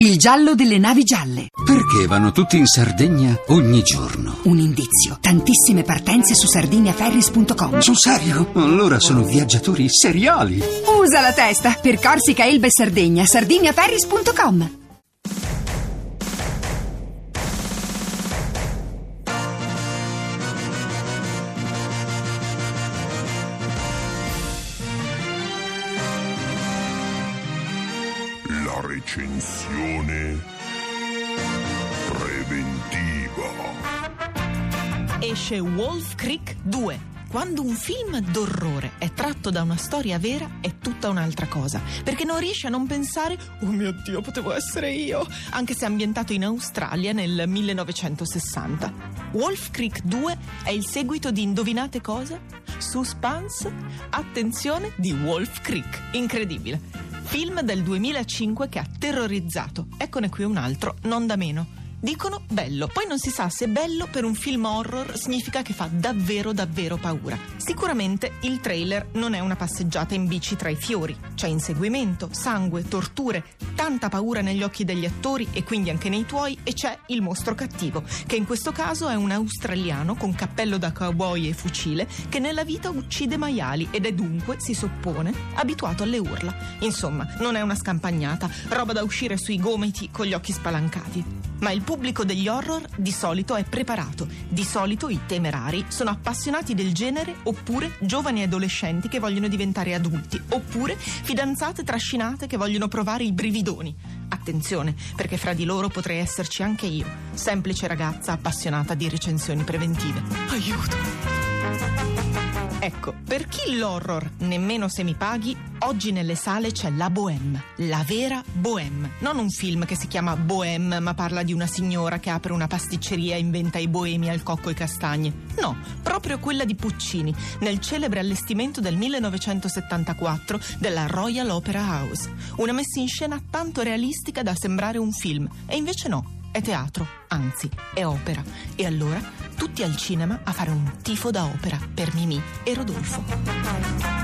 Il giallo delle navi gialle. Perché vanno tutti in Sardegna ogni giorno? Un indizio. Tantissime partenze su sardiniaferries.com. Sul serio? Allora sono viaggiatori seriali. Usa la testa. Per Corsica, Elba e Sardegna. sardiniaferries.com. La recensione preventiva. Esce Wolf Creek 2. Quando un film d'orrore è tratto da una storia vera è tutta un'altra cosa, perché non riesci a non pensare "Oh mio Dio, potevo essere io", anche se è ambientato in Australia nel 1960. Wolf Creek 2 è il seguito di indovinate cosa? Suspense? Attenzione, di Wolf Creek. Incredibile. Film del 2005 che ha terrorizzato. Eccone qui un altro, non da meno. Dicono bello, poi non si sa se bello per un film horror significa che fa davvero davvero paura. Sicuramente il trailer non è una passeggiata in bici tra i fiori. C'è inseguimento, sangue, torture, tanta paura negli occhi degli attori e quindi anche nei tuoi, e c'è il mostro cattivo, che in questo caso è un australiano con cappello da cowboy e fucile che nella vita uccide maiali ed è dunque, si suppone, abituato alle urla. Insomma, non è una scampagnata, roba da uscire sui gomiti con gli occhi spalancati. Ma il pubblico degli horror di solito è preparato. Di solito i temerari sono appassionati del genere, oppure giovani adolescenti che vogliono diventare adulti, oppure fidanzate trascinate che vogliono provare i brividoni. Attenzione, perché fra di loro potrei esserci anche io, semplice ragazza appassionata di recensioni preventive. Aiuto! Ecco, per chi l'horror nemmeno se mi paghi, oggi nelle sale c'è La Bohème, la vera Bohème. Non un film che si chiama Bohème ma parla di una signora che apre una pasticceria e inventa i boemi al cocco e castagne. No, proprio quella di Puccini, nel celebre allestimento del 1974 della Royal Opera House. Una messa in scena tanto realistica da sembrare un film, e invece no. È teatro, anzi, è opera. E allora, tutti al cinema a fare un tifo da opera per Mimì e Rodolfo.